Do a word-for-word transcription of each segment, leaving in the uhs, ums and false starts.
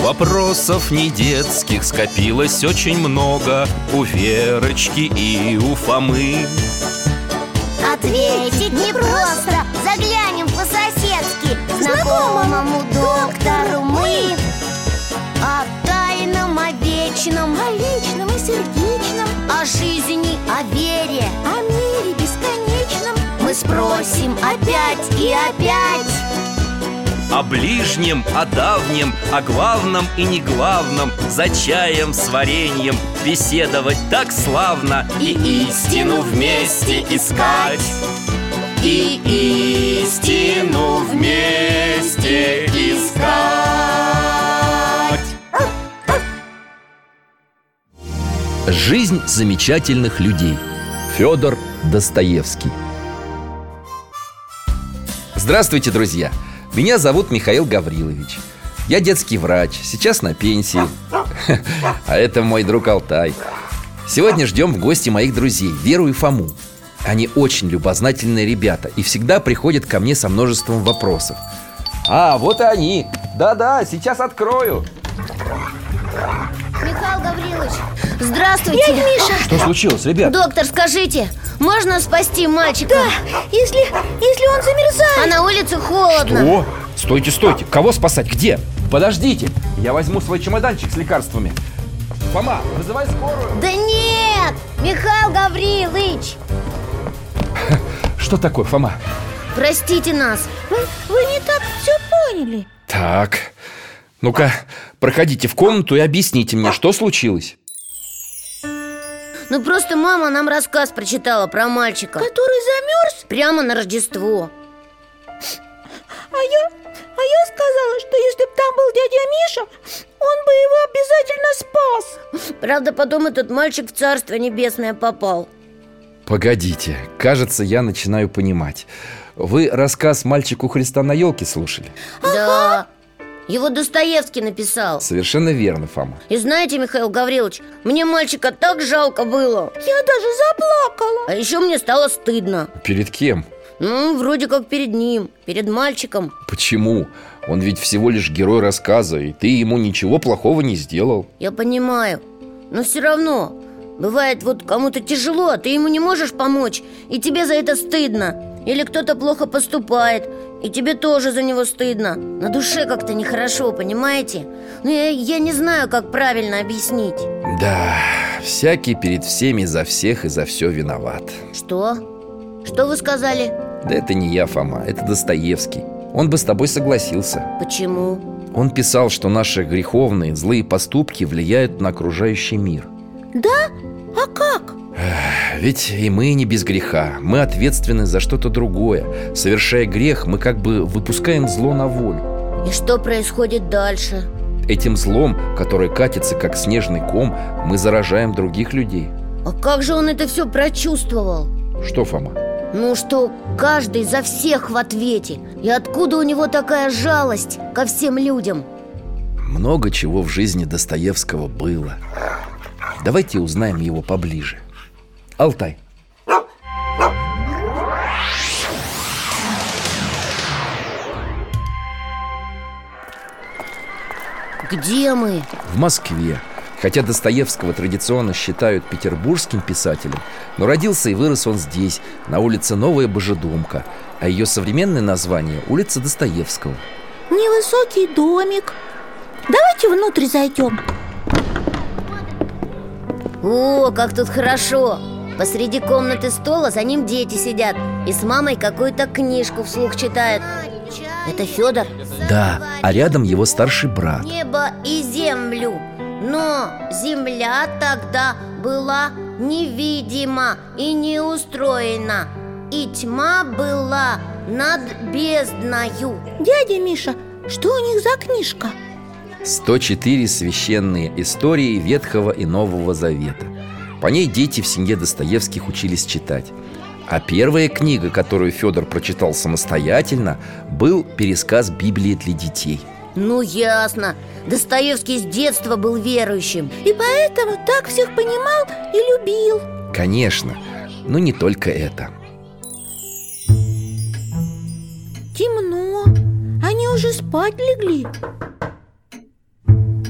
Вопросов не детских скопилось очень много у Верочки и у Фомы. Ответить непросто, заглянем по-соседски знакомому доктору мы. О тайном, о вечном, о личном и сердечном, о жизни, о вере, о мире бесконечном мы спросим опять и опять. О ближнем, о давнем, о главном и неглавном, за чаем с вареньем беседовать так славно. И истину вместе искать, и истину вместе искать. Жизнь замечательных людей. Федор Достоевский. Здравствуйте, друзья! Меня зовут Михаил Гаврилович. Я детский врач, сейчас на пенсии. А это мой друг Алтай. Сегодня ждем в гости моих друзей Веру и Фому. Они очень любознательные ребята и всегда приходят ко мне со множеством вопросов. А, вот и они. Да-да, сейчас открою. Михаил Гаврилович, здравствуйте. Дядя Миша! Что случилось, ребят? Доктор, скажите, можно спасти мальчика? Да, если, если он замерзает. А на улице холодно. Что? Стойте, стойте, кого спасать? Где? Подождите, я возьму свой чемоданчик с лекарствами. Фома, вызывай скорую. Да нет, Михаил Гаврилович. Что такое, Фома? Простите нас. Вы, вы не так все поняли. Так, ну-ка, проходите в комнату и объясните мне, что случилось. Ну просто мама нам рассказ прочитала про мальчика, Который замерз? прямо на Рождество. А я, а я сказала, что если бы там был дядя Миша, он бы его обязательно спас. Правда, потом этот мальчик в Царство Небесное попал. Погодите, кажется, я начинаю понимать. Вы рассказ «Мальчику Христа на елке» слушали? Да, его Достоевский написал. Совершенно верно, Фома. И знаете, Михаил Гаврилович, мне мальчика так жалко было. Я даже заплакала. А еще мне стало стыдно. Перед кем? Ну, вроде как перед ним, перед мальчиком. Почему? Он ведь всего лишь герой рассказа, и ты ему ничего плохого не сделал. Я понимаю, но все равно бывает, вот кому-то тяжело, а ты ему не можешь помочь, и тебе за это стыдно. Или кто-то плохо поступает, и тебе тоже за него стыдно. На душе как-то нехорошо, понимаете? Ну, я, я не знаю, как правильно объяснить. Да, всякий перед всеми за всех и за все виноват. Что? Что вы сказали? Да это не я, Фома, это Достоевский. Он бы с тобой согласился. Почему? Он писал, что наши греховные, злые поступки влияют на окружающий мир. Да? А как? Ведь и мы не без греха. Мы ответственны за что-то другое. Совершая грех, мы как бы выпускаем зло на волю. И что происходит дальше? Этим злом, который катится как снежный ком, мы заражаем других людей. А как же он это все прочувствовал? Что, Фома? Ну, что каждый за всех в ответе. И откуда у него такая жалость ко всем людям? Много чего в жизни Достоевского было. Давайте узнаем его поближе. Алтай. Где мы? В Москве. Хотя Достоевского традиционно считают петербургским писателем, но родился и вырос он здесь, на улице Новая Божедомка, а ее современное название – улица Достоевского. Невысокий домик. Давайте внутрь зайдем. О, как тут хорошо! Посреди комнаты стол, а за ним дети сидят и с мамой какую-то книжку вслух читают. Это Федор? Да, а рядом его старший брат. Небо и землю. Но земля тогда была невидима и не устроена, и тьма была над бездною. Дядя Миша, что у них за книжка? сто четыре священные истории Ветхого и Нового Завета. По ней дети в семье Достоевских учились читать. А первая книга, которую Федор прочитал самостоятельно, был пересказ Библии для детей. Ну ясно, Достоевский с детства был верующим. И поэтому так всех понимал и любил. Конечно, но не только это. Темно. Они уже спать легли.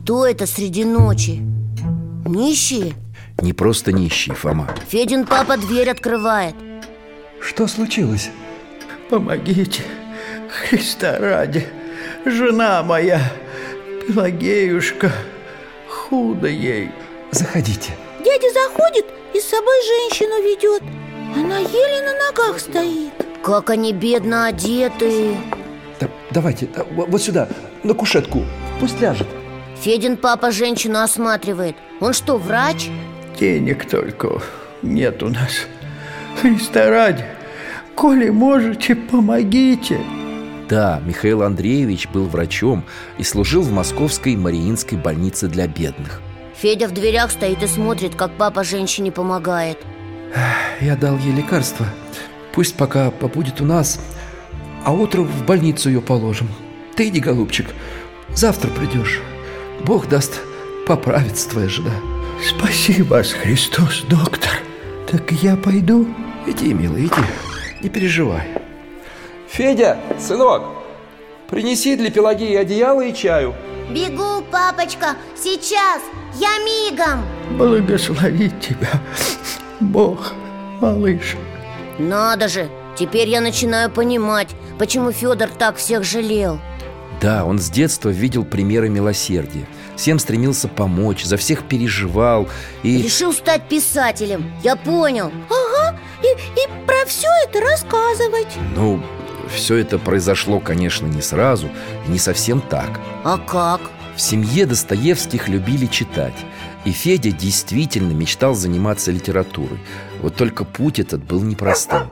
Кто это среди ночи? Нищие? Не просто нищие, Фома. Федин папа дверь открывает. Что случилось? Помогите, Христа ради. Жена моя, Пелагеюшка, худо ей. Заходите. Дядя заходит и с собой женщину ведет. Она еле на ногах стоит. Как они бедно одеты. Да, давайте, да, вот сюда, на кушетку. Пусть ляжет. Федин папа женщину осматривает. Он что, врач? Денег только нет у нас. Христа ради, коли можете, помогите. Да, Михаил Андреевич был врачом и служил в московской Мариинской больнице для бедных. Федя в дверях стоит и смотрит, как папа женщине помогает. Я дал ей лекарство. Пусть пока побудет у нас, а утром в больницу ее положим. Ты иди, голубчик, завтра придешь. Бог даст, поправится твоя жена. Спасибо вас, Христос, доктор. Так я пойду? Иди, милый, иди, не переживай. Федя, сынок, принеси для Пелагеи одеяло и чаю. Бегу, папочка, сейчас, я мигом. Благословит тебя Бог, малыш. Надо же, теперь я начинаю понимать, почему Федор так всех жалел. Да, он с детства видел примеры милосердия. Всем стремился помочь, за всех переживал и... Решил стать писателем, я понял. Ага, и, и про все это рассказывать. Ну, все это произошло, конечно, не сразу и не совсем так. А как? В семье Достоевских любили читать. И Федя действительно мечтал заниматься литературой. Вот только путь этот был непростым.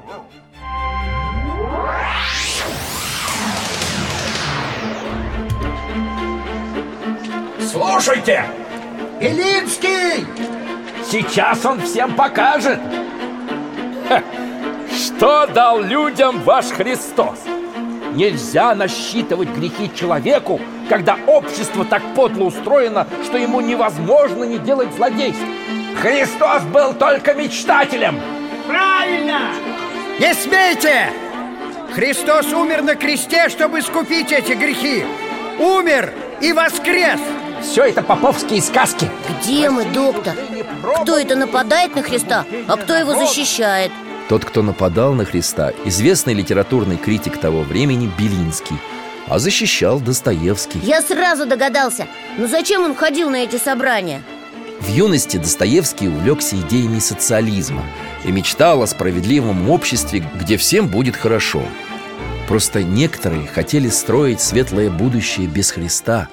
Слушайте! Белинский! Сейчас он всем покажет! Ха! Что дал людям ваш Христос? Нельзя насчитывать грехи человеку, когда общество так подло устроено, что ему невозможно не делать злодейств. Христос был только мечтателем! Правильно! Не смейте! Христос умер на кресте, чтобы искупить эти грехи. Умер и воскрес! Все это поповские сказки. Где мы, доктор? Кто это нападает на Христа, а кто его защищает? Тот, кто нападал на Христа, известный литературный критик того времени Белинский, а защищал Достоевский. Я сразу догадался. Но зачем он ходил на эти собрания? В юности Достоевский увлекся идеями социализма и мечтал о справедливом обществе, где всем будет хорошо. Просто некоторые хотели строить светлое будущее без Христа.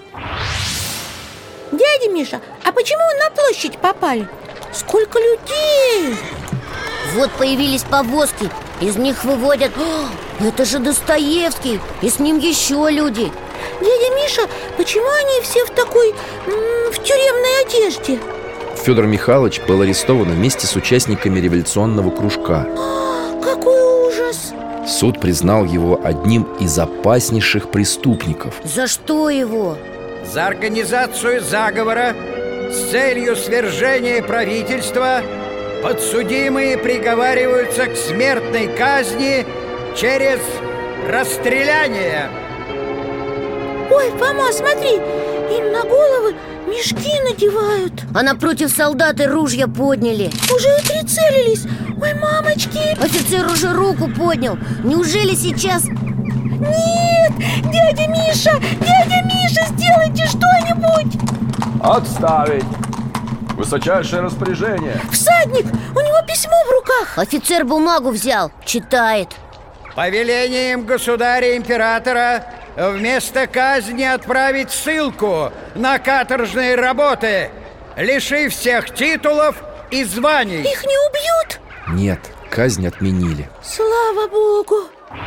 Дядя Миша, а почему на площадь попали? Сколько людей! Вот появились повозки, из них выводят... О, это же Достоевский, и с ним еще люди. Дядя Миша, почему они все в такой... м, в тюремной одежде? Федор Михайлович был арестован вместе с участниками революционного кружка. А, какой ужас! Суд признал его одним из опаснейших преступников. За что его? За организацию заговора с целью свержения правительства подсудимые приговариваются к смертной казни через расстреляние. Ой, Фома, смотри, им на головы мешки надевают. А напротив солдаты ружья подняли. Уже и прицелились. Ой, мамочки! Офицер уже руку поднял. Неужели сейчас... Нет! Дядя Миша! Дядя Миша, сделайте что-нибудь! Отставить! Высочайшее распоряжение. Всадник! У него письмо в руках. Офицер бумагу взял, читает. Повелением государя-императора вместо казни отправить ссылку на каторжные работы, лишив всех титулов и званий. Их не убьют? Нет, казнь отменили. Слава Богу!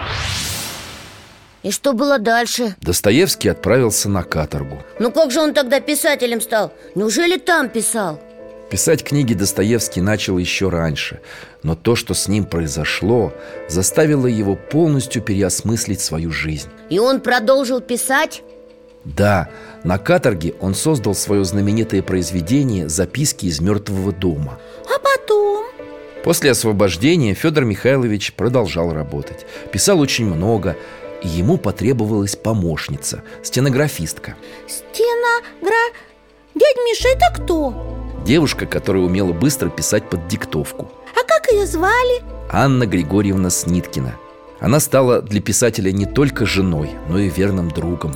И что было дальше? Достоевский отправился на каторгу. Ну как же он тогда писателем стал? Неужели там писал? Писать книги Достоевский начал еще раньше. Но то, что с ним произошло, заставило его полностью переосмыслить свою жизнь. И он продолжил писать? Да, на каторге он создал свое знаменитое произведение «Записки из мертвого дома». А потом? После освобождения Федор Михайлович продолжал работать. Писал очень много, и ему потребовалась помощница, стенографистка. Стеногра... Дядь Миша, это кто? Девушка, которая умела быстро писать под диктовку. А как ее звали? Анна Григорьевна Сниткина. Она стала для писателя не только женой, но и верным другом.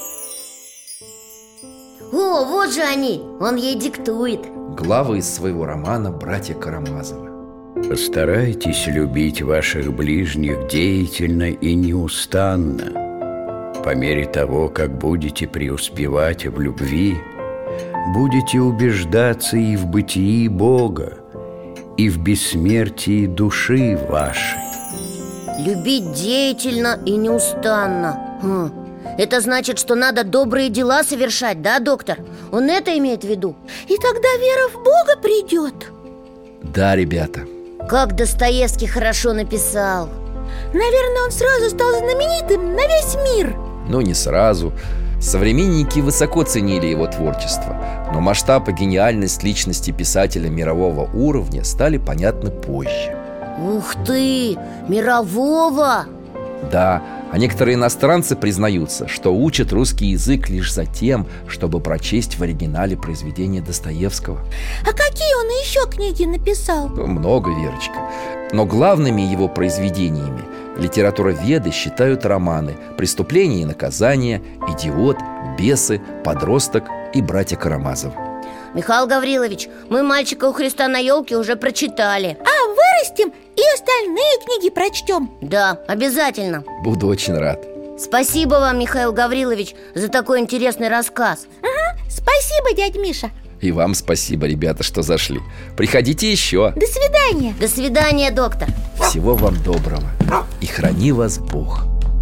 О, вот же они, он ей диктует. Главы из своего романа «Братья Карамазовы». Постарайтесь любить ваших ближних деятельно и неустанно. По мере того, как будете преуспевать в любви, будете убеждаться и в бытии Бога, и в бессмертии души вашей. Любить деятельно и неустанно. Хм. Это значит, что надо добрые дела совершать, да, доктор? Он это имеет в виду? И тогда вера в Бога придет. Да, ребята. Как Достоевский хорошо написал. Наверное, он сразу стал знаменитым на весь мир. Ну, не сразу. Современники высоко ценили его творчество, но масштаб и гениальность личности писателя мирового уровня стали понятны позже. Ух ты! Мирового! Да, а некоторые иностранцы признаются, что учат русский язык лишь за тем, чтобы прочесть в оригинале произведения Достоевского. А какие он еще книги написал? Много, Верочка. Но главными его произведениями литературоведы считают романы «Преступление и наказание», «Идиот», «Бесы», «Подросток» и «Братья Карамазовы». Михаил Гаврилович, мы «Мальчика у Христа на елке» уже прочитали. А вырастем и остальные книги прочтем. Да, обязательно. Буду очень рад. Спасибо вам, Михаил Гаврилович, за такой интересный рассказ. Ага, спасибо, дядь Миша. И вам спасибо, ребята, что зашли. Приходите еще. До свидания. До свидания, доктор. Всего вам доброго. И храни вас Бог.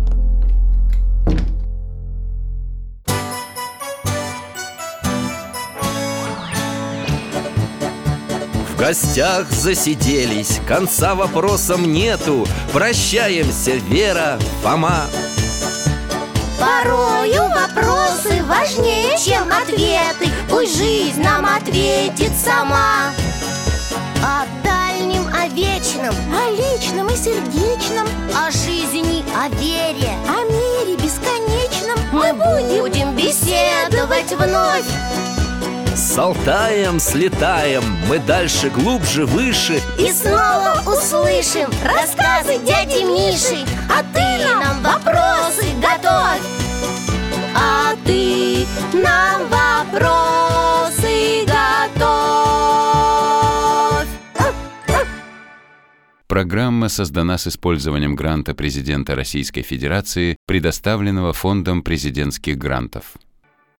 В гостях засиделись, конца вопросам нету. Прощаемся, Вера, Фома. Порою вопросы важнее, чем ответы. Пусть жизнь нам ответит сама. О дальнем, о вечном, о личном и сердечном, о жизни, о вере, о мире бесконечном мы будем, будем беседовать вновь. С Алтаем слетаем, мы дальше, глубже, выше. И снова услышим рассказы дяди Миши. А ты нам вопросы готовь. А ты нам вопросы готовь. Программа создана с использованием гранта президента Российской Федерации, предоставленного Фондом президентских грантов.